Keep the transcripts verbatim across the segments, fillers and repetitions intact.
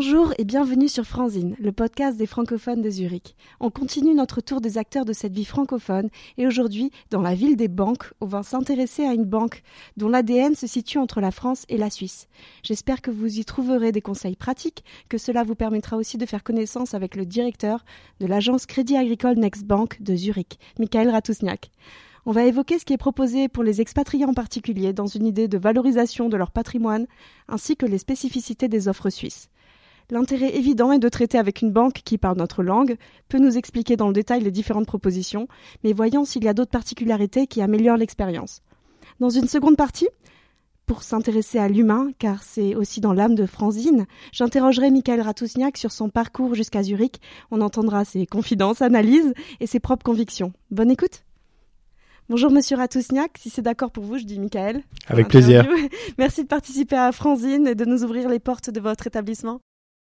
Bonjour et bienvenue sur Franzine, le podcast des francophones de Zurich. On continue notre tour des acteurs de cette vie francophone et aujourd'hui, dans la ville des banques, on va s'intéresser à une banque dont l'A D N se situe entre la France et la Suisse. J'espère que vous y trouverez des conseils pratiques, que cela vous permettra aussi de faire connaissance avec le directeur de l'agence Crédit Agricole Next Bank de Zurich, Michael Ratusniak. On va évoquer ce qui est proposé pour les expatriés en particulier dans une idée de valorisation de leur patrimoine ainsi que les spécificités des offres suisses. L'intérêt évident est de traiter avec une banque qui parle notre langue, peut nous expliquer dans le détail les différentes propositions, mais voyons s'il y a d'autres particularités qui améliorent l'expérience. Dans une seconde partie, pour s'intéresser à l'humain, car c'est aussi dans l'âme de Franzine, j'interrogerai Michael Ratusniak sur son parcours jusqu'à Zurich. On entendra ses confidences, analyses et ses propres convictions. Bonne écoute. Bonjour Monsieur Ratusniak, si c'est d'accord pour vous, je dis Michael. Avec plaisir. Merci de participer à Franzine et de nous ouvrir les portes de votre établissement.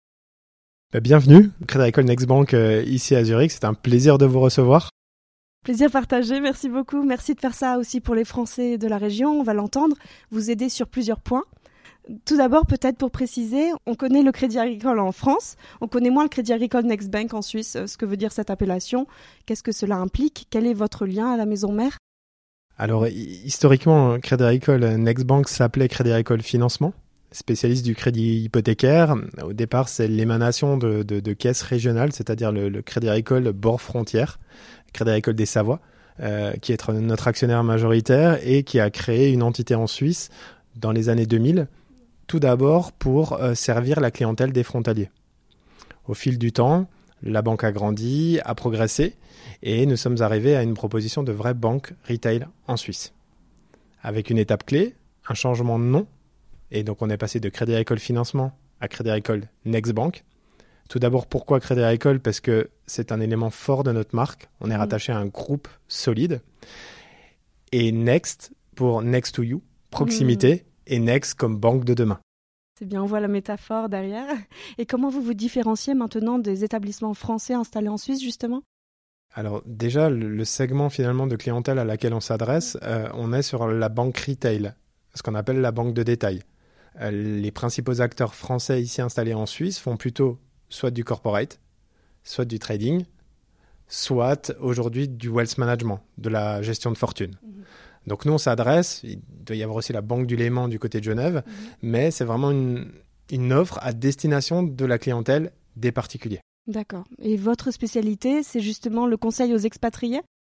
Bienvenue, Crédit Agricole Next Bank euh, ici à Zurich, c'est un plaisir de vous recevoir. Plaisir partagé, merci beaucoup. Merci de faire ça aussi pour les Français de la région, on va l'entendre, vous aider sur plusieurs points. Tout d'abord, peut-être pour préciser, on connaît le Crédit Agricole en France, on connaît moins le Crédit Agricole Next Bank en Suisse, ce que veut dire cette appellation, qu'est-ce que cela implique, quel est votre lien à la maison mère ? Alors, historiquement, Crédit Agricole Next Bank s'appelait Crédit Agricole Financement, spécialiste du crédit hypothécaire. Au départ, c'est l'émanation de, de, de caisses régionales, c'est-à-dire le, le Crédit Agricole bord frontière, Crédit Agricole des Savoies, euh, qui est notre actionnaire majoritaire et qui a créé une entité en Suisse dans les années deux mille, tout d'abord pour euh, servir la clientèle des frontaliers. Au fil du temps, la banque a grandi, a progressé et nous sommes arrivés à une proposition de vraie banque retail en Suisse. Avec une étape clé, un changement de nom. Et donc, on est passé de Crédit Agricole Financement à Crédit Agricole Next Bank. Tout d'abord, pourquoi Crédit Agricole ? Parce que c'est un élément fort de notre marque. On est rattaché à un groupe solide. Et Next pour Next to You, proximité, mmh. et Next comme banque de demain. C'est bien, on voit la métaphore derrière. Et comment vous vous différenciez maintenant des établissements français installés en Suisse, justement ? Alors déjà, le segment finalement de clientèle à laquelle on s'adresse, euh, on est sur la banque retail, ce qu'on appelle la banque de détail. Les principaux acteurs français ici installés en Suisse font plutôt soit du corporate, soit du trading, soit aujourd'hui du wealth management, de la gestion de fortune. Mmh. Donc nous, on s'adresse, il doit y avoir aussi la Banque du Léman du côté de Genève, mmh. mais c'est vraiment une, une offre à destination de la clientèle des particuliers. D'accord. Et votre spécialité, c'est justement le conseil aux expatriés ?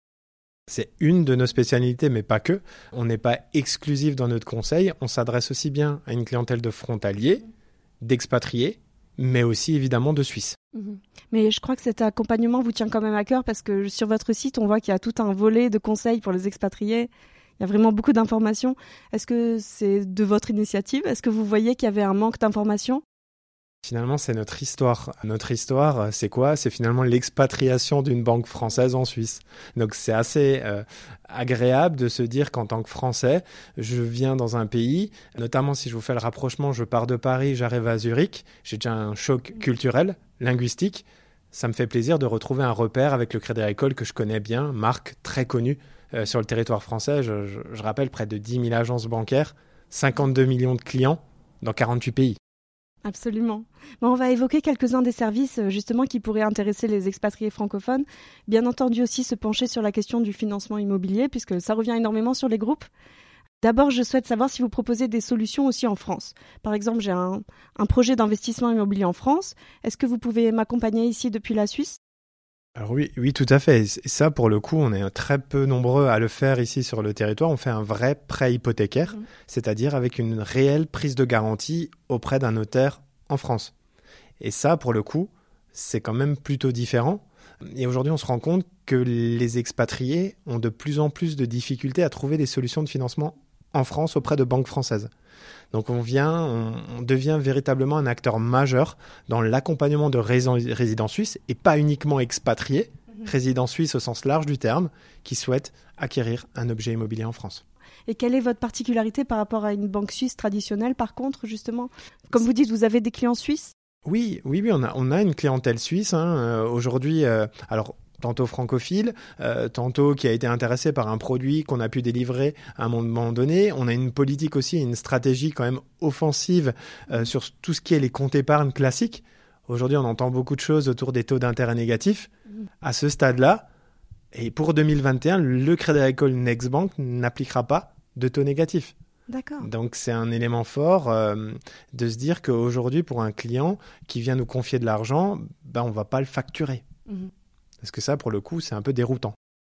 C'est une de nos spécialités, mais pas que. On n'est pas exclusif dans notre conseil. On s'adresse aussi bien à une clientèle de frontaliers, d'expatriés, mais aussi évidemment de Suisses. Mmh. Mais je crois que cet accompagnement vous tient quand même à cœur parce que sur votre site, on voit qu'il y a tout un volet de conseils pour les expatriés. Il y a vraiment beaucoup d'informations. Est-ce que c'est de votre initiative ? Est-ce que vous voyez qu'il y avait un manque d'informations ? Finalement, c'est notre histoire. Notre histoire, c'est quoi ? C'est finalement l'expatriation d'une banque française en Suisse. Donc, c'est assez euh, agréable de se dire qu'en tant que Français, je viens dans un pays, notamment si je vous fais le rapprochement, je pars de Paris, j'arrive à Zurich, j'ai déjà un choc culturel, linguistique. Ça me fait plaisir de retrouver un repère avec le Crédit Agricole que je connais bien, marque très connue euh, sur le territoire français. Je, je, je rappelle, près de dix mille agences bancaires, cinquante-deux millions de clients dans quarante-huit pays. Absolument. Bon, on va évoquer quelques-uns des services justement qui pourraient intéresser les expatriés francophones. Bien entendu aussi se pencher sur la question du financement immobilier puisque ça revient énormément sur les groupes. D'abord, je souhaite savoir si vous proposez des solutions aussi en France. Par exemple, j'ai un, un projet d'investissement immobilier en France. Est-ce que vous pouvez m'accompagner ici depuis la Suisse ? Alors oui, oui, tout à fait. Et ça, pour le coup, on est très peu nombreux à le faire ici sur le territoire. On fait un vrai prêt hypothécaire, mmh. c'est-à-dire avec une réelle prise de garantie auprès d'un notaire en France. Et ça, pour le coup, c'est quand même plutôt différent. Et aujourd'hui, on se rend compte que les expatriés ont de plus en plus de difficultés à trouver des solutions de financement en France auprès de banques françaises. Donc on vient, on, on devient véritablement un acteur majeur dans l'accompagnement de résidents suisses et pas uniquement expatriés, mmh. résidents suisses au sens large du terme, qui souhaitent acquérir un objet immobilier en France. Et quelle est votre particularité par rapport à une banque suisse traditionnelle, par contre, justement ? Comme vous dites, vous avez des clients suisses ? Oui, oui, oui, on a, on a une clientèle suisse. Hein. Euh, aujourd'hui, euh, alors tantôt francophile, euh, tantôt qui a été intéressé par un produit qu'on a pu délivrer à un moment donné. On a une politique aussi, une stratégie quand même offensive euh, sur tout ce qui est les comptes épargne classiques. Aujourd'hui, on entend beaucoup de choses autour des taux d'intérêt négatifs. À ce stade-là, et pour deux mille vingt et un, le Crédit Agricole Next Bank n'appliquera pas de taux négatifs. D'accord. Donc, c'est un élément fort euh, de se dire qu'aujourd'hui, pour un client qui vient nous confier de l'argent, ben, on ne va pas le facturer. Mmh. Parce que ça, pour le coup, c'est un peu déroutant.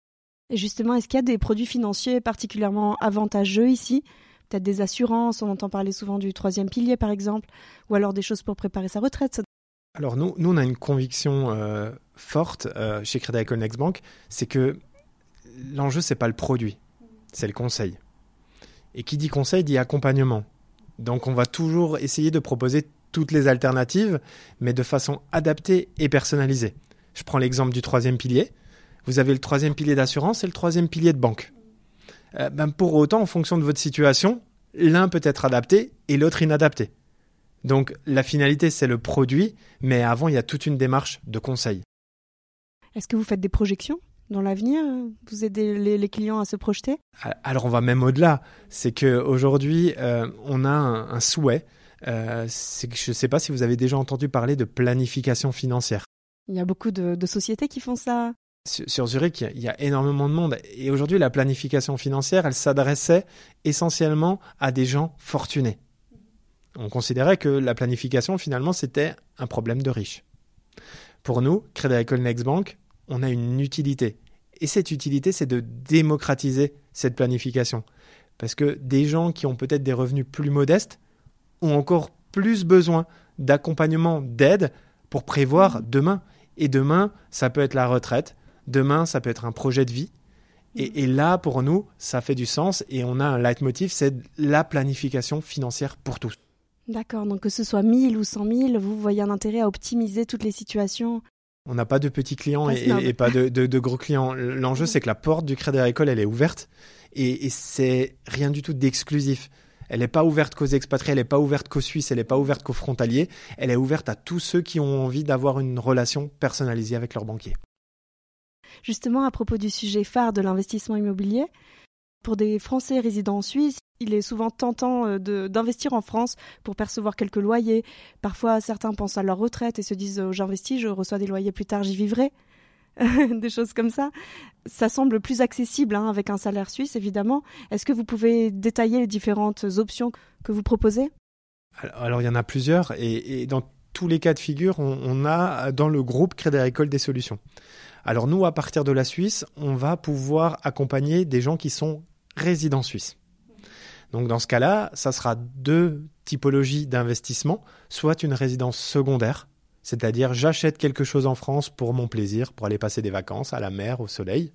Et justement, est-ce qu'il y a des produits financiers particulièrement avantageux ici ? Peut-être des assurances, on entend parler souvent du troisième pilier, par exemple, ou alors des choses pour préparer sa retraite. Alors, nous, nous on a une conviction euh, forte euh, chez Crédit Agricole Next Bank, c'est que l'enjeu, ce n'est pas le produit, c'est le conseil. Et qui dit conseil dit accompagnement. Donc, on va toujours essayer de proposer toutes les alternatives, mais de façon adaptée et personnalisée. Je prends l'exemple du troisième pilier. Vous avez le troisième pilier d'assurance et le troisième pilier de banque. Euh, ben pour autant, en fonction de votre situation, l'un peut être adapté et l'autre inadapté. Donc, la finalité, c'est le produit, mais avant, il y a toute une démarche de conseil. Est-ce que vous faites des projections ? Dans l'avenir, vous aidez les, les clients à se projeter ? Alors, on va même au-delà. C'est qu'aujourd'hui, euh, on a un, un souhait. Euh, c'est que je ne sais pas si vous avez déjà entendu parler de planification financière. Il y a beaucoup de, de sociétés qui font ça. Sur, sur Zurich, il y, a, il y a énormément de monde. Et aujourd'hui, la planification financière, elle s'adressait essentiellement à des gens fortunés. On considérait que la planification, finalement, c'était un problème de riches. Pour nous, Crédit Agricole Next Bank, on a une utilité. Et cette utilité, c'est de démocratiser cette planification. Parce que des gens qui ont peut-être des revenus plus modestes ont encore plus besoin d'accompagnement, d'aide pour prévoir demain. Et demain, ça peut être la retraite. Demain, ça peut être un projet de vie. Et, et là, pour nous, ça fait du sens. Et on a un leitmotiv, c'est la planification financière pour tous. D'accord, donc que ce soit mille ou cent mille, vous voyez un intérêt à optimiser toutes les situations. On n'a pas de petits clients et, et, et pas de, de, de gros clients. L'enjeu, c'est que la porte du Crédit Agricole, elle est ouverte et, et c'est rien du tout d'exclusif. Elle n'est pas ouverte qu'aux expatriés, elle n'est pas ouverte qu'aux Suisses, elle n'est pas ouverte qu'aux frontaliers. Elle est ouverte à tous ceux qui ont envie d'avoir une relation personnalisée avec leur banquier. Justement, à propos du sujet phare de l'investissement immobilier, pour des Français résidant en Suisse, il est souvent tentant de, d'investir en France pour percevoir quelques loyers. Parfois, certains pensent à leur retraite et se disent oh, « j'investis, je reçois des loyers plus tard, j'y vivrai ». Des choses comme ça. Ça semble plus accessible hein, avec un salaire suisse, évidemment. Est-ce que vous pouvez détailler les différentes options que vous proposez ? Alors, alors, il y en a plusieurs et, et dans tous les cas de figure, on, on a dans le groupe Crédit Agricole des solutions. Alors nous, à partir de la Suisse, on va pouvoir accompagner des gens qui sont résidents suisses. Donc dans ce cas-là, ça sera deux typologies d'investissement, soit une résidence secondaire, c'est-à-dire j'achète quelque chose en France pour mon plaisir, pour aller passer des vacances à la mer, au soleil,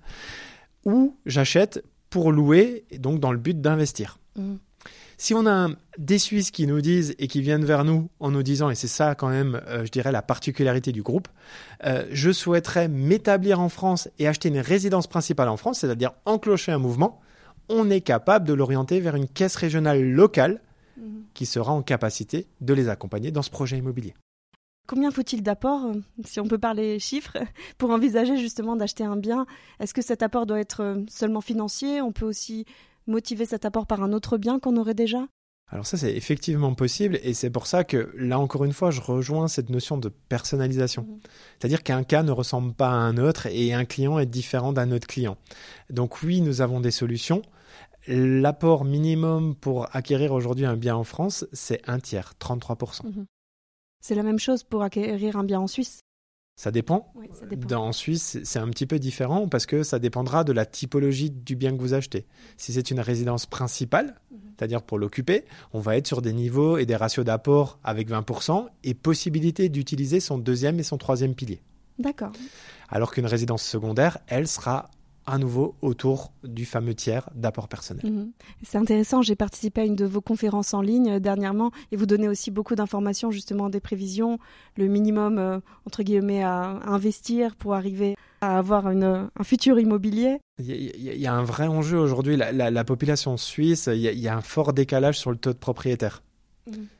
ou j'achète pour louer, donc dans le but d'investir. Mmh. Si on a un, des Suisses qui nous disent et qui viennent vers nous en nous disant, et c'est ça quand même, euh, je dirais, la particularité du groupe, euh, je souhaiterais m'établir en France et acheter une résidence principale en France, c'est-à-dire enclencher un mouvement, on est capable de l'orienter vers une caisse régionale locale mmh. qui sera en capacité de les accompagner dans ce projet immobilier. Combien faut-il d'apports, si on peut parler chiffres, pour envisager justement d'acheter un bien ? Est-ce que cet apport doit être seulement financier ? On peut aussi motiver cet apport par un autre bien qu'on aurait déjà ? Alors ça, c'est effectivement possible et c'est pour ça que, là encore une fois, je rejoins cette notion de personnalisation. Mmh. C'est-à-dire qu'un cas ne ressemble pas à un autre et un client est différent d'un autre client. Donc oui, nous avons des solutions. L'apport minimum pour acquérir aujourd'hui un bien en France, c'est un tiers, trente-trois pour cent. Mmh. C'est la même chose pour acquérir un bien en Suisse ? Ça dépend. Oui, ça dépend. Dans, en Suisse, c'est un petit peu différent parce que ça dépendra de la typologie du bien que vous achetez. Si c'est une résidence principale, mmh. c'est-à-dire pour l'occuper, on va être sur des niveaux et des ratios d'apport avec vingt pour cent et possibilité d'utiliser son deuxième et son troisième pilier. D'accord. Alors qu'une résidence secondaire, elle sera à nouveau autour du fameux tiers d'apport personnel. Mmh. C'est intéressant, j'ai participé à une de vos conférences en ligne dernièrement et vous donnez aussi beaucoup d'informations, justement des prévisions, le minimum, euh, entre guillemets, à, à investir pour arriver à avoir une, un futur immobilier. Il y, a, il y a un vrai enjeu aujourd'hui, la, la, la population suisse, il y, a, il y a un fort décalage sur le taux de propriétaires. Mmh.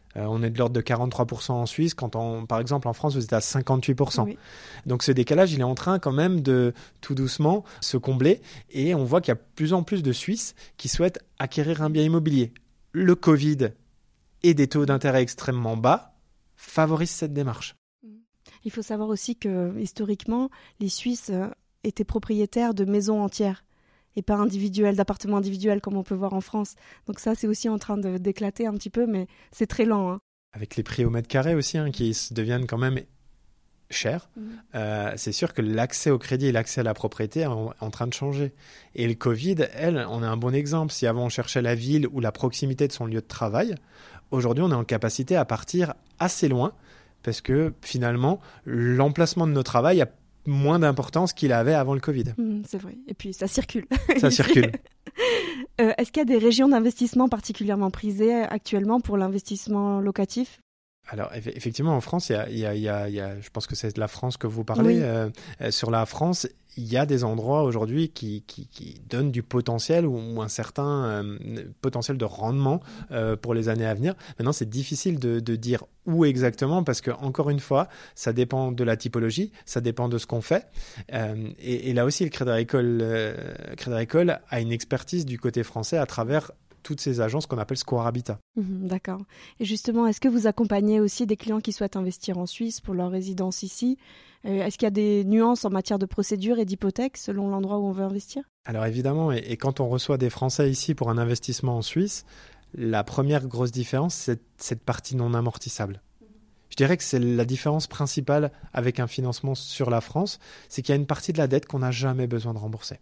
Euh, on est de l'ordre de quarante-trois pour cent en Suisse, quand on, par exemple en France vous êtes à cinquante-huit pour cent. Oui. Donc ce décalage il est en train quand même de tout doucement se combler et on voit qu'il y a de plus en plus de Suisses qui souhaitent acquérir un bien immobilier. Le Covid et des taux d'intérêt extrêmement bas favorisent cette démarche. Il faut savoir aussi que historiquement les Suisses étaient propriétaires de maisons entières et pas individuels, d'appartements individuels comme on peut voir en France. Donc ça, c'est aussi en train de, d'éclater un petit peu, mais c'est très lent. Hein. Avec les prix au mètre carré aussi, hein, qui deviennent quand même chers, mmh. euh, c'est sûr que l'accès au crédit et l'accès à la propriété est en, en train de changer. Et le Covid, elle, on a un bon exemple. Si avant on cherchait la ville ou la proximité de son lieu de travail, aujourd'hui on est en capacité à partir assez loin parce que finalement, l'emplacement de nos travail a moins d'importance qu'il avait avant le Covid. Mmh, c'est vrai. Et puis, ça circule. Ça circule. euh, est-ce qu'il y a des régions d'investissement particulièrement prisées actuellement pour l'investissement locatif ? Alors, effectivement, en France, il y a, il y a, il y a, il y a, je pense que c'est de la France que vous parlez. Oui. Euh, sur la France, il y a des endroits aujourd'hui qui, qui, qui donnent du potentiel ou, ou un certain euh, potentiel de rendement euh, pour les années à venir. Maintenant, c'est difficile de, de dire où exactement parce que, encore une fois, ça dépend de la typologie, ça dépend de ce qu'on fait. Euh, et, et là aussi, le Crédit Agricole, euh, Crédit Agricole a une expertise du côté français à travers toutes ces agences qu'on appelle Square Habitat. Mmh, d'accord. Et justement, est-ce que vous accompagnez aussi des clients qui souhaitent investir en Suisse pour leur résidence ici ? euh, Est-ce qu'il y a des nuances en matière de procédure et d'hypothèque selon l'endroit où on veut investir ? Alors évidemment, et, et quand on reçoit des Français ici pour un investissement en Suisse, la première grosse différence, c'est cette partie non amortissable. Je dirais que c'est la différence principale avec un financement sur la France, c'est qu'il y a une partie de la dette qu'on n'a jamais besoin de rembourser.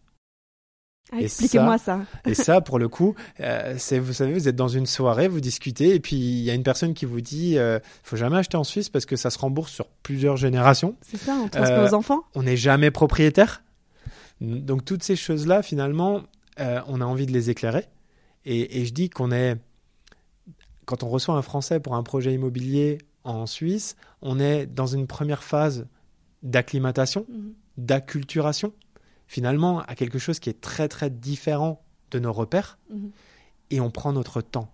Ah, expliquez-moi ça, ça. Et ça, pour le coup, euh, c'est, vous savez, vous êtes dans une soirée, vous discutez, et puis il y a une personne qui vous dit il euh, faut jamais acheter en Suisse parce que ça se rembourse sur plusieurs générations. C'est ça, on transmet euh, aux enfants. On n'est jamais propriétaire. Donc toutes ces choses-là, finalement, euh, on a envie de les éclairer. Et, et je dis qu'on est, quand on reçoit un Français pour un projet immobilier en Suisse, on est dans une première phase d'acclimatation, mmh. d'acculturation. Finalement, à quelque chose qui est très, très différent de nos repères, mmh. et on prend notre temps.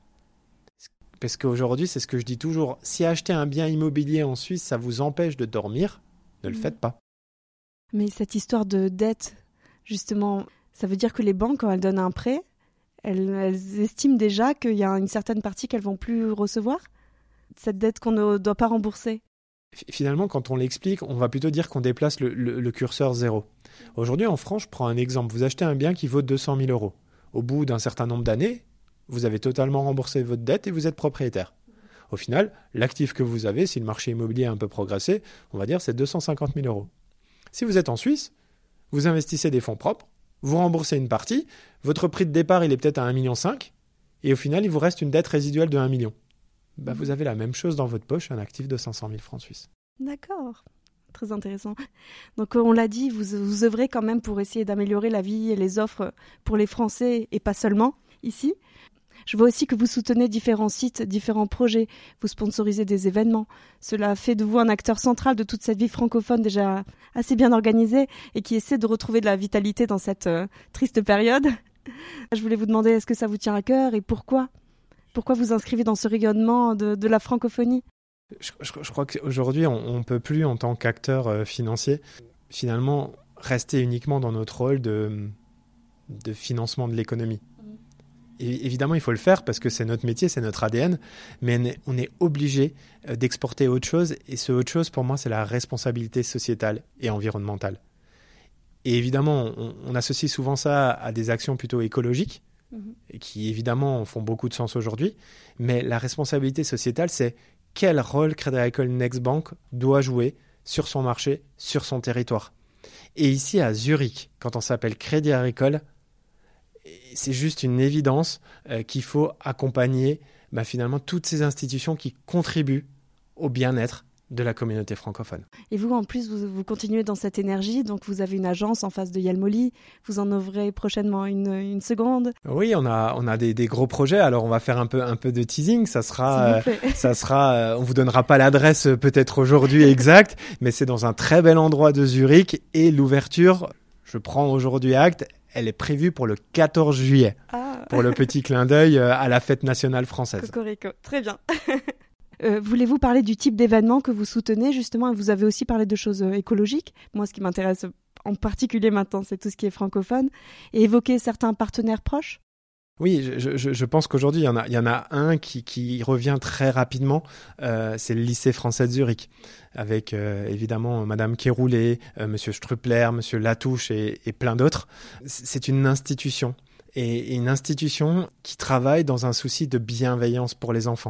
Parce qu'aujourd'hui, c'est ce que je dis toujours, si acheter un bien immobilier en Suisse, ça vous empêche de dormir, ne mmh. le faites pas. Mais cette histoire de dette, justement, ça veut dire que les banques, quand elles donnent un prêt, elles, elles estiment déjà qu'il y a une certaine partie qu'elles ne vont plus recevoir ? Cette dette qu'on ne doit pas rembourser ? Finalement, quand on l'explique, on va plutôt dire qu'on déplace le, le, le curseur zéro. Aujourd'hui, en France, je prends un exemple. Vous achetez un bien qui vaut deux cent mille euros. Au bout d'un certain nombre d'années, vous avez totalement remboursé votre dette et vous êtes propriétaire. Au final, l'actif que vous avez, si le marché immobilier a un peu progressé, on va dire c'est deux cent cinquante mille euros. Si vous êtes en Suisse, vous investissez des fonds propres, vous remboursez une partie, votre prix de départ, il est peut-être à un virgule cinq million, et au final, il vous reste une dette résiduelle de un million. Bah, vous avez la même chose dans votre poche, un actif de cinq cent mille francs suisses. D'accord, très intéressant. Donc on l'a dit, vous, vous œuvrez quand même pour essayer d'améliorer la vie et les offres pour les Français et pas seulement ici. Je vois aussi que vous soutenez différents sites, différents projets, vous sponsorisez des événements. Cela fait de vous un acteur central de toute cette vie francophone déjà assez bien organisée et qui essaie de retrouver de la vitalité dans cette euh, triste période. Je voulais vous demander, est-ce que ça vous tient à cœur et pourquoi ? Pourquoi vous inscrivez dans ce rayonnement de, de la francophonie ? je, je, je crois qu'aujourd'hui, on ne peut plus, en tant qu'acteur euh, financier, finalement, rester uniquement dans notre rôle de, de financement de l'économie. Mmh. Et évidemment, il faut le faire parce que c'est notre métier, c'est notre A D N, mais on est, on est obligé euh, d'exporter autre chose. Et ce autre chose, pour moi, c'est la responsabilité sociétale et environnementale. Et évidemment, on, on associe souvent ça à des actions plutôt écologiques, et qui évidemment font beaucoup de sens aujourd'hui, mais la responsabilité sociétale, c'est quel rôle Crédit Agricole Next Bank doit jouer sur son marché, sur son territoire. Et ici à Zurich, quand on s'appelle Crédit Agricole, c'est juste une évidence euh, qu'il faut accompagner bah, finalement toutes ces institutions qui contribuent au bien-être de la communauté francophone. Et vous, en plus, vous, vous continuez dans cette énergie, donc vous avez une agence en face de Jelmoli, vous en ouvrez prochainement une, une seconde. Oui, on a, on a des, des gros projets, alors on va faire un peu, un peu de teasing, ça sera, euh, ça sera, euh, on vous donnera pas l'adresse euh, peut-être aujourd'hui exacte, mais c'est dans un très bel endroit de Zurich et l'ouverture, je prends aujourd'hui acte, elle est prévue pour le quatorze juillet, ah. pour le petit clin d'œil à la fête nationale française. Cocorico, très bien. Euh, voulez-vous parler du type d'événement que vous soutenez justement? Vous avez aussi parlé de choses euh, écologiques. Moi, ce qui m'intéresse en particulier maintenant, c'est tout ce qui est francophone. Et évoquer certains partenaires proches. Oui, je, je, je pense qu'aujourd'hui, il y en a, il y en a un qui, qui revient très rapidement. Euh, c'est le lycée français de Zurich, avec euh, évidemment Madame Kéroulé, euh, Monsieur Strupler, Monsieur Latouche et, et plein d'autres. C'est une institution, et, et une institution qui travaille dans un souci de bienveillance pour les enfants.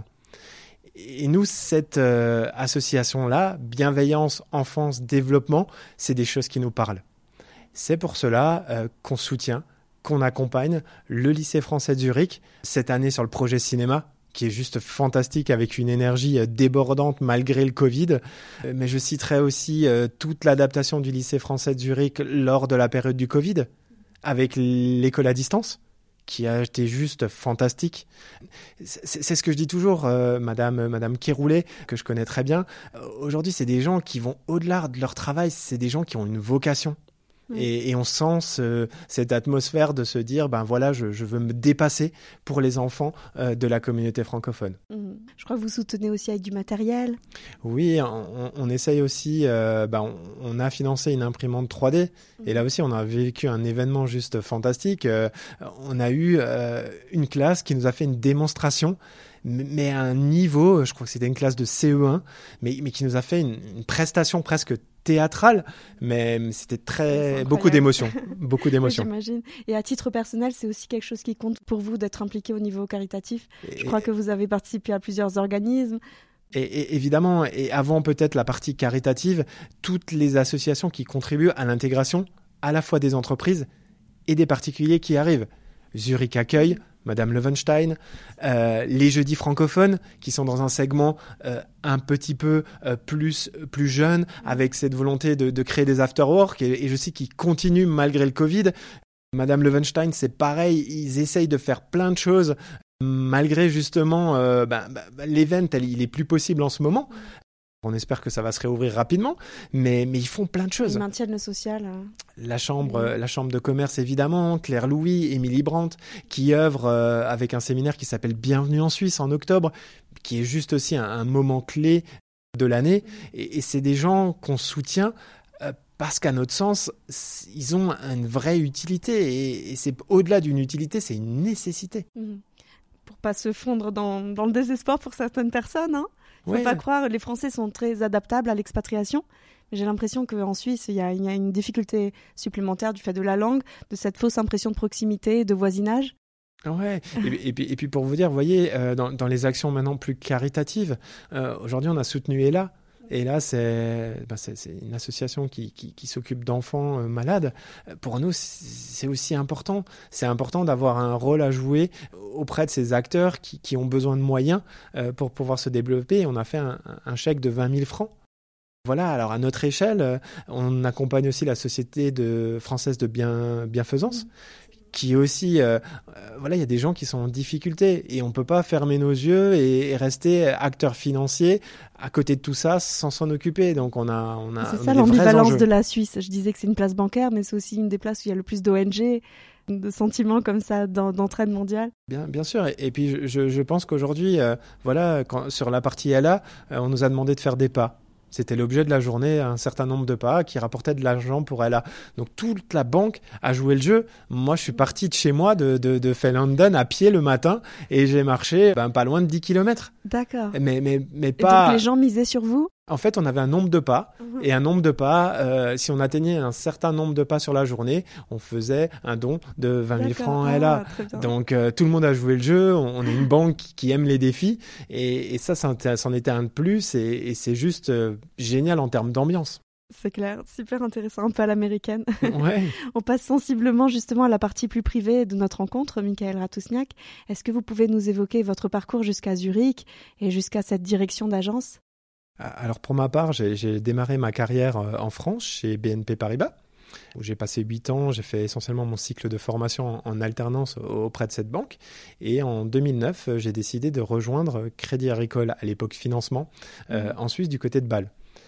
Et nous, cette euh, association-là, bienveillance, enfance, développement, c'est des choses qui nous parlent. C'est pour cela euh, qu'on soutient, qu'on accompagne le lycée français de Zurich, cette année sur le projet cinéma, qui est juste fantastique, avec une énergie euh, débordante malgré le Covid. Euh, mais je citerai aussi euh, toute l'adaptation du lycée français de Zurich lors de la période du Covid, avec l'école à distance, qui a été juste fantastique. C'est, c'est ce que je dis toujours, euh, Madame, Madame Kéroulé, que je connais très bien. Euh, aujourd'hui, c'est des gens qui vont au-delà de leur travail, c'est des gens qui ont une vocation. Oui. Et, et on sent ce, cette atmosphère de se dire, ben voilà, je, je veux me dépasser pour les enfants euh, de la communauté francophone. Mmh. Je crois que vous soutenez aussi avec du matériel. Oui, on, on essaye aussi, euh, ben on, on a financé une imprimante trois D. Mmh. Et là aussi, on a vécu un événement juste fantastique. Euh, on a eu euh, une classe qui nous a fait une démonstration, mais à un niveau, je crois que c'était une classe de C E un, mais, mais qui nous a fait une, une prestation presque théâtrale, mais c'était très beaucoup d'émotions, beaucoup d'émotions. Oui, j'imagine. Et à titre personnel, c'est aussi quelque chose qui compte pour vous d'être impliqué au niveau caritatif. Et, je crois que vous avez participé à plusieurs organismes. Et, et évidemment, et avant peut-être la partie caritative, toutes les associations qui contribuent à l'intégration à la fois des entreprises et des particuliers qui arrivent. Zurich Accueil, Madame Levenstein, euh, les jeudis francophones qui sont dans un segment euh, un petit peu euh, plus plus jeune, avec cette volonté de, de créer des after-work et, et je sais qu'ils continuent malgré le Covid. Madame Levenstein, c'est pareil, ils essayent de faire plein de choses malgré justement euh, bah, bah, l'event, il est plus possible en ce moment. On espère que ça va se réouvrir rapidement, mais, mais ils font plein de choses. Ils maintiennent le social. La chambre, oui. la chambre de commerce, évidemment, Claire Louis, Émilie Brandt, qui œuvre euh, avec un séminaire qui s'appelle Bienvenue en Suisse en octobre, qui est juste aussi un, un moment clé de l'année. Et, et c'est des gens qu'on soutient euh, parce qu'à notre sens, ils ont une vraie utilité. Et, et c'est au-delà d'une utilité, c'est une nécessité. Mmh. Pour pas se fondre dans, dans le désespoir pour certaines personnes, hein. Il ne faut Ouais. pas croire, les Français sont très adaptables à l'expatriation. Mais j'ai l'impression qu'en Suisse, il y, a, il y a une difficulté supplémentaire du fait de la langue, de cette fausse impression de proximité, de voisinage. Ouais, et, et, puis, et puis pour vous dire, vous voyez, euh, dans, dans les actions maintenant plus caritatives, euh, aujourd'hui on a soutenu Ella. Et là, c'est, ben c'est, c'est une association qui, qui, qui s'occupe d'enfants euh, malades. Pour nous, c'est, c'est aussi important. C'est important d'avoir un rôle à jouer auprès de ces acteurs qui, qui ont besoin de moyens euh, pour pouvoir se développer. Et on a fait un, un chèque de vingt mille francs. Voilà, alors à notre échelle, on accompagne aussi la Société de, française de bien, bienfaisance. Mmh. Qui aussi, euh, euh, voilà, il y a des gens qui sont en difficulté et on peut pas fermer nos yeux et, et rester acteur financier à côté de tout ça sans s'en occuper. Donc on a, on a. C'est on ça a l'ambivalence de la Suisse. Je disais que c'est une place bancaire, mais c'est aussi une des places où il y a le plus d'O N G, de sentiments comme ça d'entraide mondiale. Bien, bien sûr. Et, et puis je, je pense qu'aujourd'hui, euh, voilà, quand, sur la partie L A, euh, on nous a demandé de faire des pas. C'était l'objet de la journée, un certain nombre de pas qui rapportaient de l'argent pour elle. Donc toute la banque a joué le jeu. Moi, je suis parti de chez moi, de, de, de Fellenden à pied le matin et j'ai marché ben, pas loin de dix kilomètres. D'accord. Mais, mais, mais pas... Et donc les gens misaient sur vous ? En fait, on avait un nombre de pas, mmh. et un nombre de pas, euh, si on atteignait un certain nombre de pas sur la journée, on faisait un don de vingt mille francs à L A. Ah, donc, euh, tout le monde a joué le jeu, on, on est une banque qui, qui aime les défis, et, et ça, ça, c'en était un de plus, et, et c'est juste euh, génial en termes d'ambiance. C'est clair, super intéressant, un peu à l'américaine. Ouais. On passe sensiblement justement à la partie plus privée de notre rencontre, Michael Ratousniak. Est-ce que vous pouvez nous évoquer votre parcours jusqu'à Zurich et jusqu'à cette direction d'agence ? Alors pour ma part, j'ai, j'ai démarré ma carrière en France chez B N P Paribas, où j'ai passé huit ans, j'ai fait essentiellement mon cycle de formation en, en alternance auprès de cette banque. Et en deux mille neuf, j'ai décidé de rejoindre Crédit Agricole, à l'époque financement, euh, en Suisse du côté de Bâle.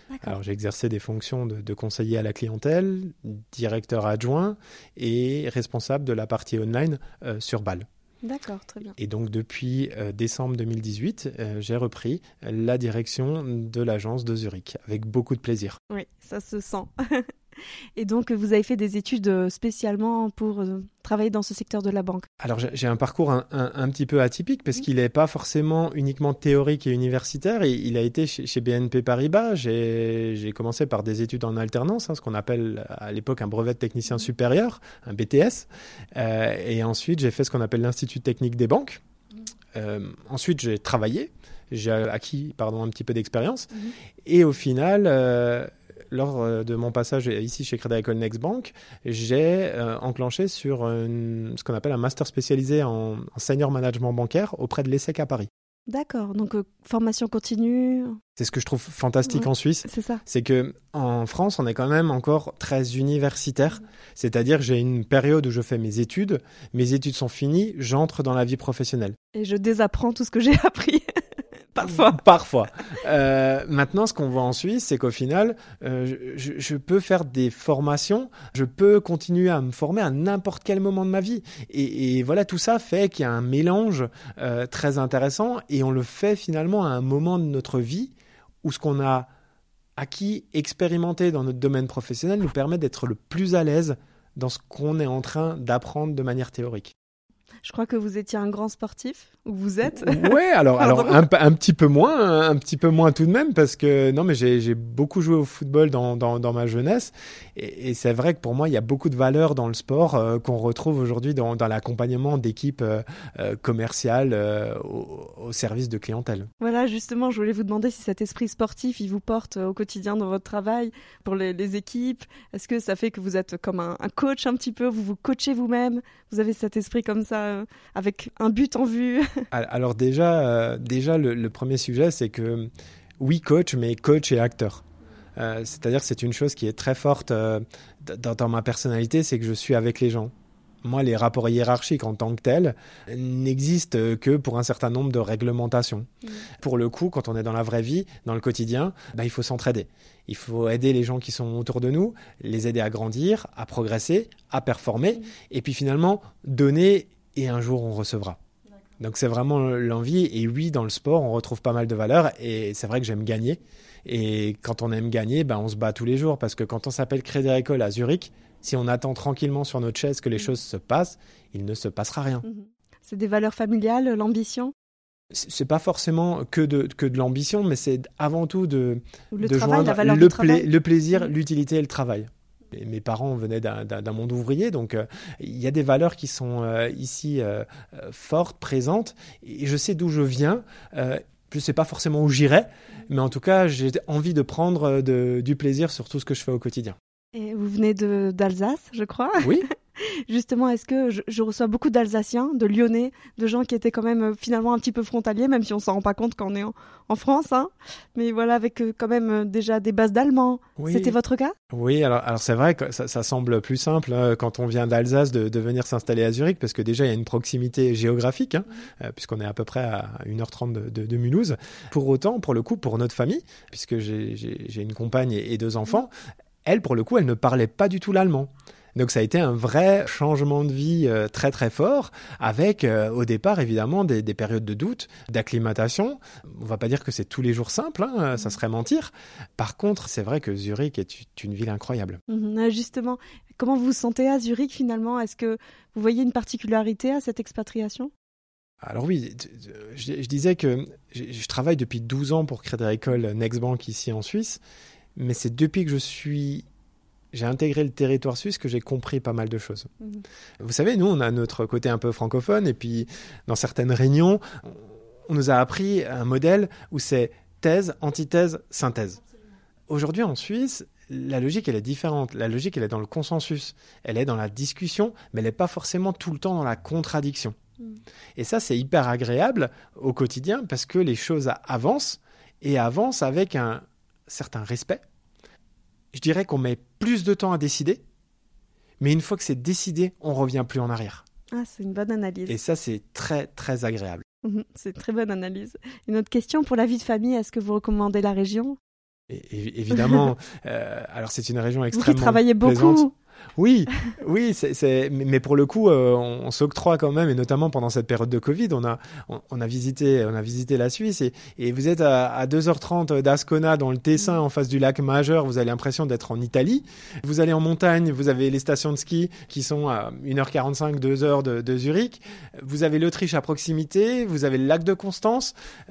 D'accord. Alors j'ai exercé des fonctions de, de conseiller à la clientèle, directeur adjoint et responsable de la partie online euh, sur Bâle. D'accord, très bien. Et donc depuis euh, décembre deux mille dix-huit, euh, j'ai repris la direction de l'agence de Zurich avec beaucoup de plaisir. Oui, ça se sent. Et donc, vous avez fait des études spécialement pour euh, travailler dans ce secteur de la banque. Alors j'ai, j'ai un parcours un, un, un petit peu atypique parce mmh. qu'il n'est pas forcément uniquement théorique et universitaire. Et il a été chez, chez B N P Paribas. J'ai, j'ai commencé par des études en alternance, hein, ce qu'on appelle à l'époque un brevet de technicien supérieur, un B T S. Euh, et ensuite, j'ai fait ce qu'on appelle l'Institut technique des banques. Mmh. Euh, ensuite, j'ai travaillé. J'ai acquis pardon, un petit peu d'expérience. Mmh. Et au final... Euh, lors de mon passage ici chez Crédit Agricole Next Bank, j'ai euh, enclenché sur une, ce qu'on appelle un master spécialisé en, en senior management bancaire auprès de l'E S S E C à Paris. D'accord, donc euh, formation continue. C'est ce que je trouve fantastique ouais, en Suisse. C'est ça. C'est qu'en France, on est quand même encore très universitaire. C'est-à-dire j'ai une période où je fais mes études, mes études sont finies, j'entre dans la vie professionnelle. Et je désapprends tout ce que j'ai appris. Parfois. Parfois. Euh, maintenant, ce qu'on voit en Suisse, c'est qu'au final, euh, je, je peux faire des formations, je peux continuer à me former à n'importe quel moment de ma vie. Et, et voilà, tout ça fait qu'il y a un mélange euh, très intéressant et on le fait finalement à un moment de notre vie où ce qu'on a acquis, expérimenté dans notre domaine professionnel nous permet d'être le plus à l'aise dans ce qu'on est en train d'apprendre de manière théorique. Je crois que vous étiez un grand sportif, ou vous êtes. Ouais, alors, alors un, un petit peu moins, un petit peu moins tout de même, parce que non, mais j'ai, j'ai beaucoup joué au football dans, dans, dans ma jeunesse, et, et c'est vrai que pour moi, il y a beaucoup de valeurs dans le sport euh, qu'on retrouve aujourd'hui dans, dans l'accompagnement d'équipes euh, euh, commerciales euh, au, au service de clientèle. Voilà, justement, je voulais vous demander si cet esprit sportif, il vous porte au quotidien dans votre travail, pour les, les équipes. Est-ce que ça fait que vous êtes comme un, un coach un petit peu, vous vous coachez vous-même, vous avez cet esprit comme ça euh, avec un but en vue? Alors déjà, euh, déjà le, le premier sujet, c'est que oui, coach, mais coach et acteur. Euh, c'est-à-dire que c'est une chose qui est très forte euh, dans, dans ma personnalité, c'est que je suis avec les gens. Moi, les rapports hiérarchiques en tant que tels n'existent que pour un certain nombre de réglementations. Mmh. Pour le coup, quand on est dans la vraie vie, dans le quotidien, bah, il faut s'entraider. Il faut aider les gens qui sont autour de nous, les aider à grandir, à progresser, à performer, mmh. et puis finalement, donner et un jour on recevra. Donc c'est vraiment l'envie. Et oui, dans le sport, on retrouve pas mal de valeurs. Et c'est vrai que j'aime gagner. Et quand on aime gagner, ben, on se bat tous les jours. Parce que quand on s'appelle Crédit Agricole à Zurich, si on attend tranquillement sur notre chaise que les mmh. choses se passent, il ne se passera rien. Mmh. C'est des valeurs familiales, l'ambition ? C'est pas forcément que de, que de l'ambition, mais c'est avant tout de, le de travail, joindre la valeur le, du pla- travail. le plaisir, mmh. l'utilité et le travail. Et mes parents venaient d'un, d'un, d'un monde ouvrier, donc euh, il y a des valeurs qui sont euh, ici euh, euh, fortes, présentes, et je sais d'où je viens. Euh, je ne sais pas forcément où j'irai, mais en tout cas, j'ai envie de prendre de, du plaisir sur tout ce que je fais au quotidien. Et vous venez de, d'Alsace, je crois. Oui. Justement, est-ce que je, je reçois beaucoup d'Alsaciens, de Lyonnais, de gens qui étaient quand même euh, finalement un petit peu frontaliers, même si on ne s'en rend pas compte quand on est en, en France, hein. Mais voilà, avec euh, quand même euh, déjà des bases d'allemand. Oui. C'était votre cas ? Oui, alors, alors c'est vrai que ça, ça semble plus simple hein, quand on vient d'Alsace de, de venir s'installer à Zurich, parce que déjà il y a une proximité géographique, hein, mmh. euh, puisqu'on est à peu près à une heure trente de, de, de Mulhouse. Pour autant, pour le coup, pour notre famille, puisque j'ai, j'ai, j'ai une compagne et, et deux enfants, mmh. elle, pour le coup, elle ne parlait pas du tout l'allemand. Donc ça a été un vrai changement de vie euh, très très fort, avec euh, au départ évidemment des, des périodes de doute, d'acclimatation. On va pas dire que c'est tous les jours simple, hein, ça serait mentir. Par contre, c'est vrai que Zurich est une ville incroyable. Mmh, justement, comment vous vous sentez à Zurich finalement ? Est-ce que vous voyez une particularité à cette expatriation ? Alors oui, je, je disais que je, je travaille depuis douze ans pour Crédit Agricole Next Bank ici en Suisse, mais c'est depuis que je suis... j'ai intégré le territoire suisse que j'ai compris pas mal de choses. Mmh. Vous savez, nous, on a notre côté un peu francophone, et puis dans certaines réunions, on nous a appris un modèle où c'est thèse, antithèse, synthèse. Absolument. Aujourd'hui, en Suisse, la logique, elle est différente. La logique, elle est dans le consensus. Elle est dans la discussion, mais elle n'est pas forcément tout le temps dans la contradiction. Mmh. Et ça, c'est hyper agréable au quotidien parce que les choses avancent, et avancent avec un certain respect. Je dirais qu'on met plus de temps à décider, mais une fois que c'est décidé, on ne revient plus en arrière. Ah, c'est une bonne analyse. Et ça, c'est très, très agréable. Mmh, c'est une très bonne analyse. Une autre question pour la vie de famille, est-ce que vous recommandez la région ? Et, et, évidemment, euh, alors c'est une région extrêmement Vous qui travaillez beaucoup. plaisante. Oui, oui, c'est, c'est, mais pour le coup, euh, on, on s'octroie quand même, et notamment pendant cette période de Covid, on a, on, on a visité, on a visité la Suisse, et, et vous êtes à, à deux heures trente d'Ascona, dans le Tessin, en face du lac Majeur, vous avez l'impression d'être en Italie. Vous allez en montagne, vous avez les stations de ski qui sont à une heure quarante-cinq, deux heures de, de Zurich. Vous avez l'Autriche à proximité, vous avez le lac de Constance,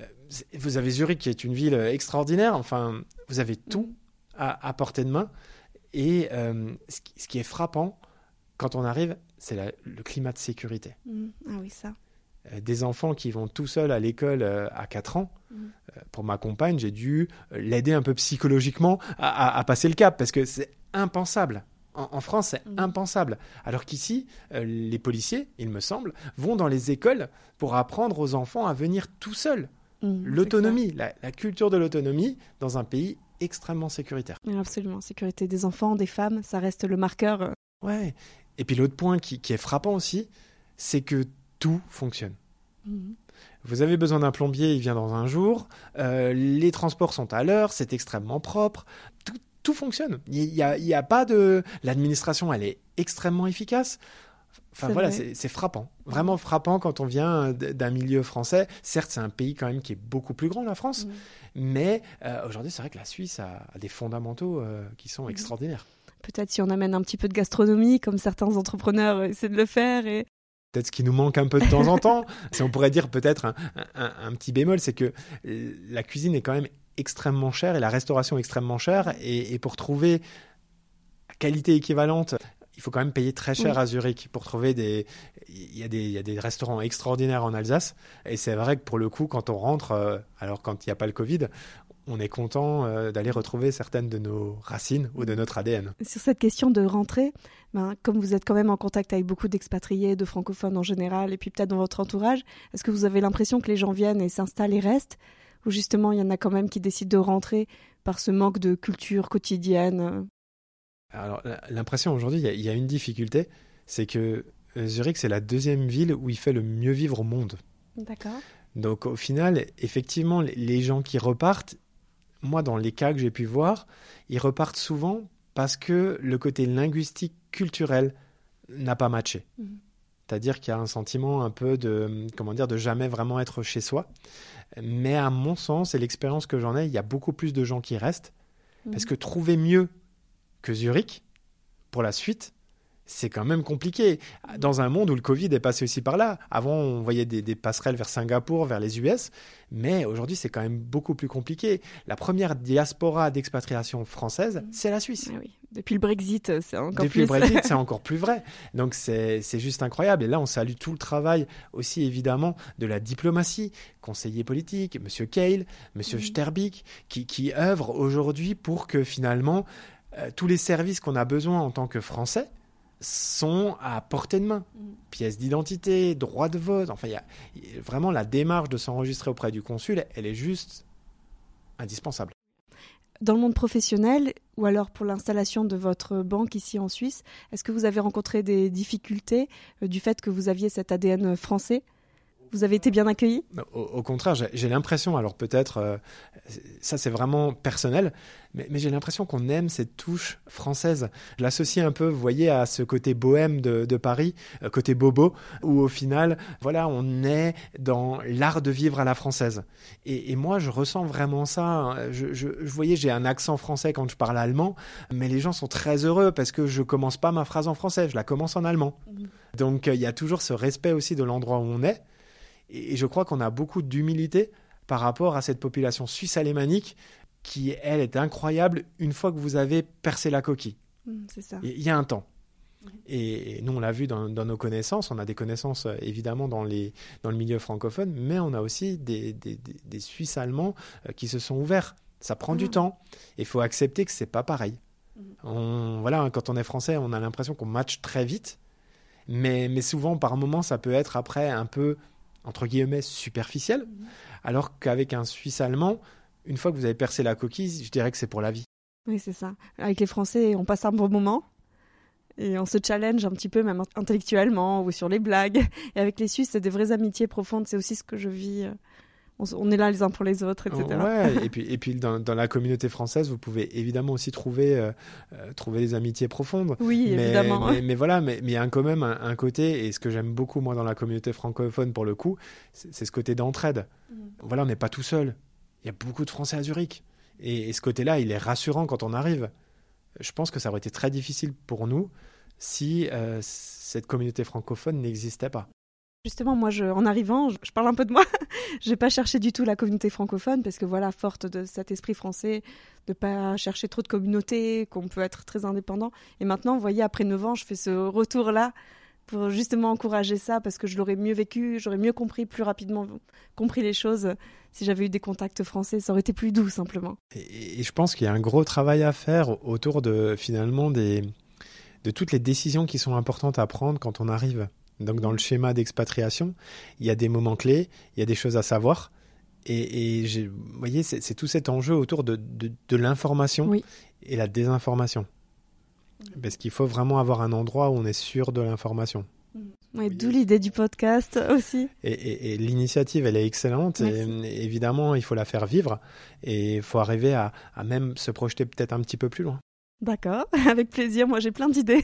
vous avez Zurich qui est une ville extraordinaire. Enfin, vous avez tout à, à portée de main. Et euh, ce, qui, ce qui est frappant, quand on arrive, c'est la, le climat de sécurité. Mmh. Ah oui, ça. Euh, des enfants qui vont tout seuls à l'école euh, à quatre ans. Mmh. Euh, pour ma compagne, j'ai dû l'aider un peu psychologiquement à, à, à passer le cap, parce que c'est impensable. En, en France, c'est mmh. impensable. Alors qu'ici, euh, les policiers, il me semble, vont dans les écoles pour apprendre aux enfants à venir tout seuls. Mmh, l'autonomie, la, la culture de l'autonomie dans un pays extrêmement sécuritaire. Absolument, sécurité des enfants, des femmes, ça reste le marqueur. Ouais. Et puis l'autre point qui, qui est frappant aussi, c'est que tout fonctionne. Mmh. Vous avez besoin d'un plombier, il vient dans un jour. Euh, les transports sont à l'heure, c'est extrêmement propre. Tout, tout fonctionne. Il y a, il y a pas de... L'administration, elle est extrêmement efficace. Enfin c'est voilà, c'est, c'est frappant, vraiment frappant quand on vient d'un milieu français. Certes, c'est un pays quand même qui est beaucoup plus grand, la France, mmh. mais euh, aujourd'hui, c'est vrai que la Suisse a, a des fondamentaux euh, qui sont mmh. extraordinaires. Peut-être si on amène un petit peu de gastronomie, comme certains entrepreneurs essaient de le faire. Et... Peut-être ce qui nous manque un peu de temps en temps, si on pourrait dire peut-être un, un, un petit bémol, c'est que la cuisine est quand même extrêmement chère et la restauration extrêmement chère, et, et pour trouver qualité équivalente, il faut quand même payer très cher oui. à Zurich pour trouver des... Il y a des, il y a des restaurants extraordinaires en Alsace. Et c'est vrai que pour le coup, quand on rentre, euh, alors quand il n'y a pas le Covid, on est content euh, d'aller retrouver certaines de nos racines ou de notre A D N. Sur cette question de rentrée, ben, comme vous êtes quand même en contact avec beaucoup d'expatriés, de francophones en général, et puis peut-être dans votre entourage, est-ce que vous avez l'impression que les gens viennent et s'installent et restent ? Ou justement, il y en a quand même qui décident de rentrer par ce manque de culture quotidienne ? Alors, l'impression aujourd'hui, il y, y a une difficulté, c'est que Zurich, c'est la deuxième ville où il fait le mieux vivre au monde. D'accord. Donc, au final, effectivement, les gens qui repartent, moi, dans les cas que j'ai pu voir, ils repartent souvent parce que le côté linguistique, culturel, n'a pas matché. Mmh. C'est-à-dire qu'il y a un sentiment un peu de, comment dire, de jamais vraiment être chez soi. Mais à mon sens, et l'expérience que j'en ai, il y a beaucoup plus de gens qui restent, mmh. parce que trouver mieux que Zurich, pour la suite, c'est quand même compliqué. Dans un monde où le Covid est passé aussi par là. Avant, on voyait des, des passerelles vers Singapour, vers les U S, mais aujourd'hui, c'est quand même beaucoup plus compliqué. La première diaspora d'expatriation française, mmh. c'est la Suisse. Ah oui. Depuis le Brexit, c'est encore Depuis plus... le Brexit, c'est encore plus vrai. Donc, c'est, c'est juste incroyable. Et là, on salue tout le travail aussi, évidemment, de la diplomatie, conseiller politique, M. Keil, M. Mmh. Sterbik, qui, qui œuvrent aujourd'hui pour que, finalement, euh, tous les services qu'on a besoin en tant que Français sont à portée de main. Mmh. Pièces d'identité, droit de vote. Enfin, il y a vraiment la démarche de s'enregistrer auprès du consul, elle est juste indispensable. Dans le monde professionnel, ou alors pour l'installation de votre banque ici en Suisse, est-ce que vous avez rencontré des difficultés euh, du fait que vous aviez cet A D N français ? Vous avez été bien accueilli ? Au, au contraire, j'ai, j'ai l'impression, alors peut-être, euh, ça c'est vraiment personnel, mais, mais j'ai l'impression qu'on aime cette touche française. Je l'associe un peu, vous voyez, à ce côté bohème de, de Paris, euh, côté bobo, où au final, voilà, on est dans l'art de vivre à la française. Et, et moi, je ressens vraiment ça. Je, je, je voyais, j'ai un accent français quand je parle allemand, mais les gens sont très heureux parce que je commence pas ma phrase en français, je la commence en allemand. Mmh. Donc, il euh, y a toujours ce respect aussi de l'endroit où on est. Et je crois qu'on a beaucoup d'humilité par rapport à cette population suisse alémanique qui, elle, est incroyable une fois que vous avez percé la coquille. Mmh, c'est ça. Il y a un temps. Mmh. Et nous, on l'a vu dans, dans nos connaissances. On a des connaissances, évidemment, dans, les, dans le milieu francophone, mais on a aussi des, des, des, des Suisses allemands qui se sont ouverts. Ça prend mmh. du temps. Il faut accepter que ce n'est pas pareil. Mmh. On, voilà, quand on est français, on a l'impression qu'on matche très vite. Mais, mais souvent, par moments, ça peut être après un peu... entre guillemets, superficielle, mmh. alors qu'avec un Suisse allemand, une fois que vous avez percé la coquille, je dirais que c'est pour la vie. Oui, c'est ça. Avec les Français, on passe un bon moment et on se challenge un petit peu, même intellectuellement ou sur les blagues. Et avec les Suisses, c'est des vraies amitiés profondes. C'est aussi ce que je vis on, on est là les uns pour les autres, et cetera. Ouais, et puis, et puis dans, dans la communauté française, vous pouvez évidemment aussi trouver, euh, euh, trouver des amitiés profondes. Oui, mais, évidemment. Mais, mais voilà, mais il y a quand même un, un côté, et ce que j'aime beaucoup moi dans la communauté francophone pour le coup, c'est, c'est ce côté d'entraide. Mmh. Voilà, on n'est pas tout seul. Il y a beaucoup de Français à Zurich. Et, et ce côté-là, il est rassurant quand on arrive. Je pense que ça aurait été très difficile pour nous si euh, cette communauté francophone n'existait pas. Justement, moi, je, en arrivant, je, je parle un peu de moi. Je n'ai pas cherché du tout la communauté francophone parce que, voilà, forte de cet esprit français, de ne pas chercher trop de communautés, qu'on peut être très indépendant. Et maintenant, vous voyez, après neuf ans, je fais ce retour-là pour justement encourager ça parce que je l'aurais mieux vécu, j'aurais mieux compris, plus rapidement compris les choses. Si j'avais eu des contacts français, ça aurait été plus doux, simplement. Et, et je pense qu'il y a un gros travail à faire autour de, finalement, des, de toutes les décisions qui sont importantes à prendre quand on arrive. Donc, dans le schéma d'expatriation, il y a des moments clés, il y a des choses à savoir. Et, et j'ai, vous voyez, c'est, c'est tout cet enjeu autour de, de, de l'information oui. et la désinformation. Parce qu'il faut vraiment avoir un endroit où on est sûr de l'information. Oui, d'où l'idée du podcast aussi. Et, et, et l'initiative, elle est excellente. Et, et évidemment, il faut la faire vivre. Et il faut arriver à, à même se projeter peut-être un petit peu plus loin. D'accord, avec plaisir. Moi, j'ai plein d'idées.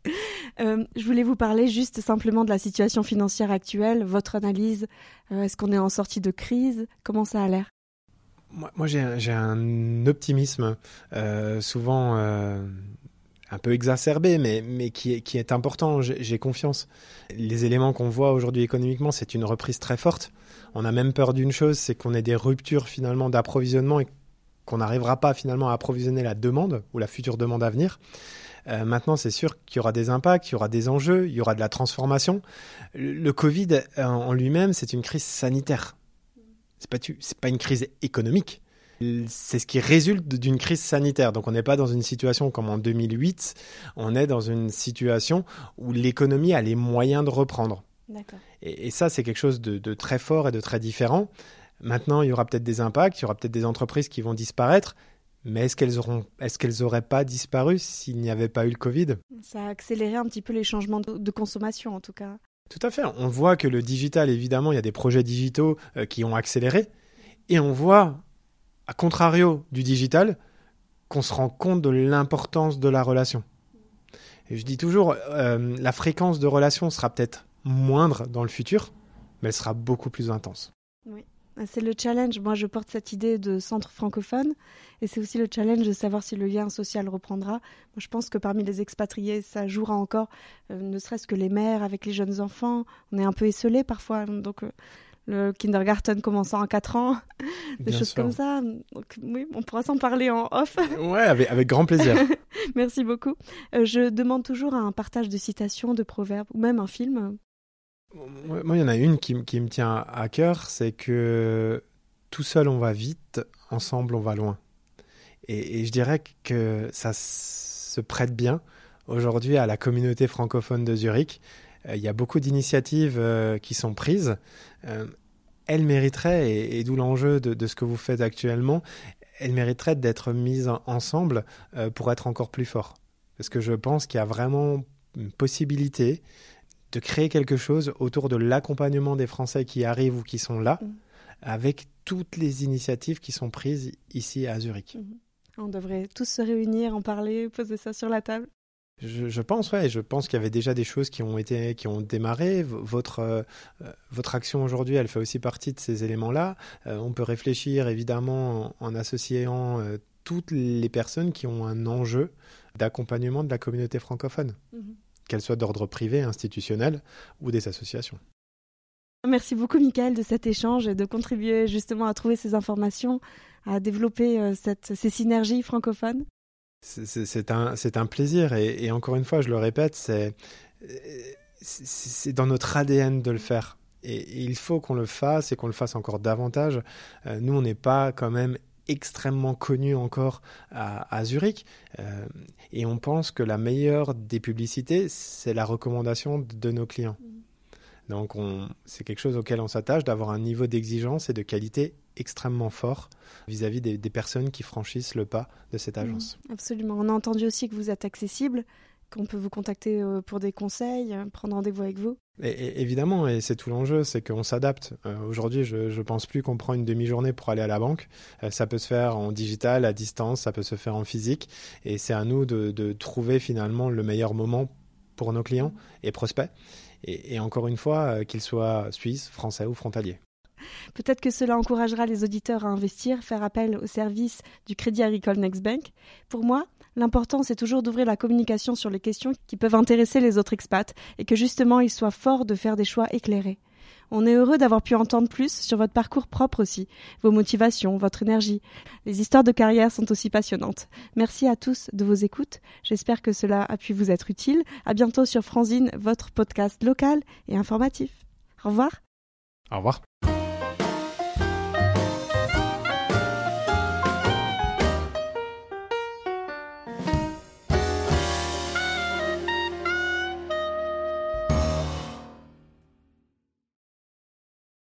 euh, je voulais vous parler juste simplement de la situation financière actuelle, votre analyse. Euh, est-ce qu'on est en sortie de crise ? Comment ça a l'air ? Moi, moi j'ai, un, j'ai un optimisme euh, souvent euh, un peu exacerbé, mais, mais qui, est, qui est important. J'ai, j'ai confiance. Les éléments qu'on voit aujourd'hui économiquement, c'est une reprise très forte. On a même peur d'une chose, c'est qu'on ait des ruptures finalement d'approvisionnement et qu'on n'arrivera pas finalement à approvisionner la demande ou la future demande à venir. Euh, maintenant, c'est sûr qu'il y aura des impacts, il y aura des enjeux, il y aura de la transformation. Le, le Covid euh, en lui-même, c'est une crise sanitaire. C'est pas, tu, c'est pas une crise économique. C'est ce qui résulte d'une crise sanitaire. Donc, on n'est pas dans une situation comme en deux mille huit. On est dans une situation où l'économie a les moyens de reprendre. D'accord. Et, et ça, c'est quelque chose de, de très fort et de très différent. Maintenant, il y aura peut-être des impacts, il y aura peut-être des entreprises qui vont disparaître, mais est-ce qu'elles auront, est-ce qu'elles n'auraient pas disparu s'il n'y avait pas eu le Covid ? Ça a accéléré un petit peu les changements de, de consommation, en tout cas. Tout à fait. On voit que le digital, évidemment, il y a des projets digitaux euh, qui ont accéléré, et on voit, à contrario du digital, qu'on se rend compte de l'importance de la relation. Et je dis toujours, euh, la fréquence de relation sera peut-être moindre dans le futur, mais elle sera beaucoup plus intense. Oui. C'est le challenge. Moi, je porte cette idée de centre francophone et c'est aussi le challenge de savoir si le lien social reprendra. Moi, je pense que parmi les expatriés, ça jouera encore, euh, ne serait-ce que les mères avec les jeunes enfants. On est un peu esselés parfois, donc euh, le kindergarten commençant à quatre ans, des Bien choses sûr. comme ça. Donc, oui, on pourra s'en parler en off. Ouais, avec, avec grand plaisir. Merci beaucoup. Euh, je demande toujours un partage de citations, de proverbes ou même un film. Moi, il y en a une qui, qui me tient à cœur, c'est que tout seul on va vite, ensemble on va loin. Et, et je dirais que ça se prête bien aujourd'hui à la communauté francophone de Zurich. Euh, il y a beaucoup d'initiatives euh, qui sont prises. Euh, elles mériteraient, et, et d'où l'enjeu de, de ce que vous faites actuellement, elles mériteraient d'être mises en, ensemble euh, pour être encore plus forts. Parce que je pense qu'il y a vraiment une possibilité de créer quelque chose autour de l'accompagnement des Français qui arrivent ou qui sont là, mmh. avec toutes les initiatives qui sont prises ici à Zurich. Mmh. On devrait tous se réunir, en parler, poser ça sur la table. Je, je pense, ouais, je pense qu'il y avait déjà des choses qui ont été, qui ont démarré. Votre, euh, votre action aujourd'hui, elle fait aussi partie de ces éléments-là. Euh, on peut réfléchir évidemment en, en associant euh, toutes les personnes qui ont un enjeu d'accompagnement de la communauté francophone. Mmh. Qu'elles soient d'ordre privé, institutionnel ou des associations. Merci beaucoup, Michael, de cet échange et de contribuer justement à trouver ces informations, à développer euh, cette, ces synergies francophones. C'est, c'est, c'est, un, c'est un plaisir et, et encore une fois, je le répète, c'est, c'est, c'est dans notre A D N de le faire. Et, et il faut qu'on le fasse et qu'on le fasse encore davantage. Euh, nous, on n'est pas quand même extrêmement connu encore à, à Zurich euh, et on pense que la meilleure des publicités, c'est la recommandation de, de nos clients. Mmh. Donc on, c'est quelque chose auquel on s'attache, d'avoir un niveau d'exigence et de qualité extrêmement fort vis-à-vis des, des personnes qui franchissent le pas de cette agence. Mmh, absolument. On a entendu aussi que vous êtes accessible. qu'on peut vous contacter euh, pour des conseils, euh, prendre rendez-vous avec vous? Et, et, évidemment, et c'est tout l'enjeu, c'est qu'on s'adapte. Euh, aujourd'hui, je ne pense plus qu'on prend une demi-journée pour aller à la banque. Euh, ça peut se faire en digital, à distance, ça peut se faire en physique. Et c'est à nous de, de trouver finalement le meilleur moment pour nos clients et prospects. Et, et encore une fois, euh, qu'ils soient suisses, français ou frontaliers. Peut-être que cela encouragera les auditeurs à investir, faire appel au service du Crédit Agricole Next Bank. Pour moi, l'important, c'est toujours d'ouvrir la communication sur les questions qui peuvent intéresser les autres expats et que justement, ils soient forts de faire des choix éclairés. On est heureux d'avoir pu entendre plus sur votre parcours propre aussi, vos motivations, votre énergie. Les histoires de carrière sont aussi passionnantes. Merci à tous de vos écoutes. J'espère que cela a pu vous être utile. À bientôt sur Franzine, votre podcast local et informatif. Au revoir. Au revoir.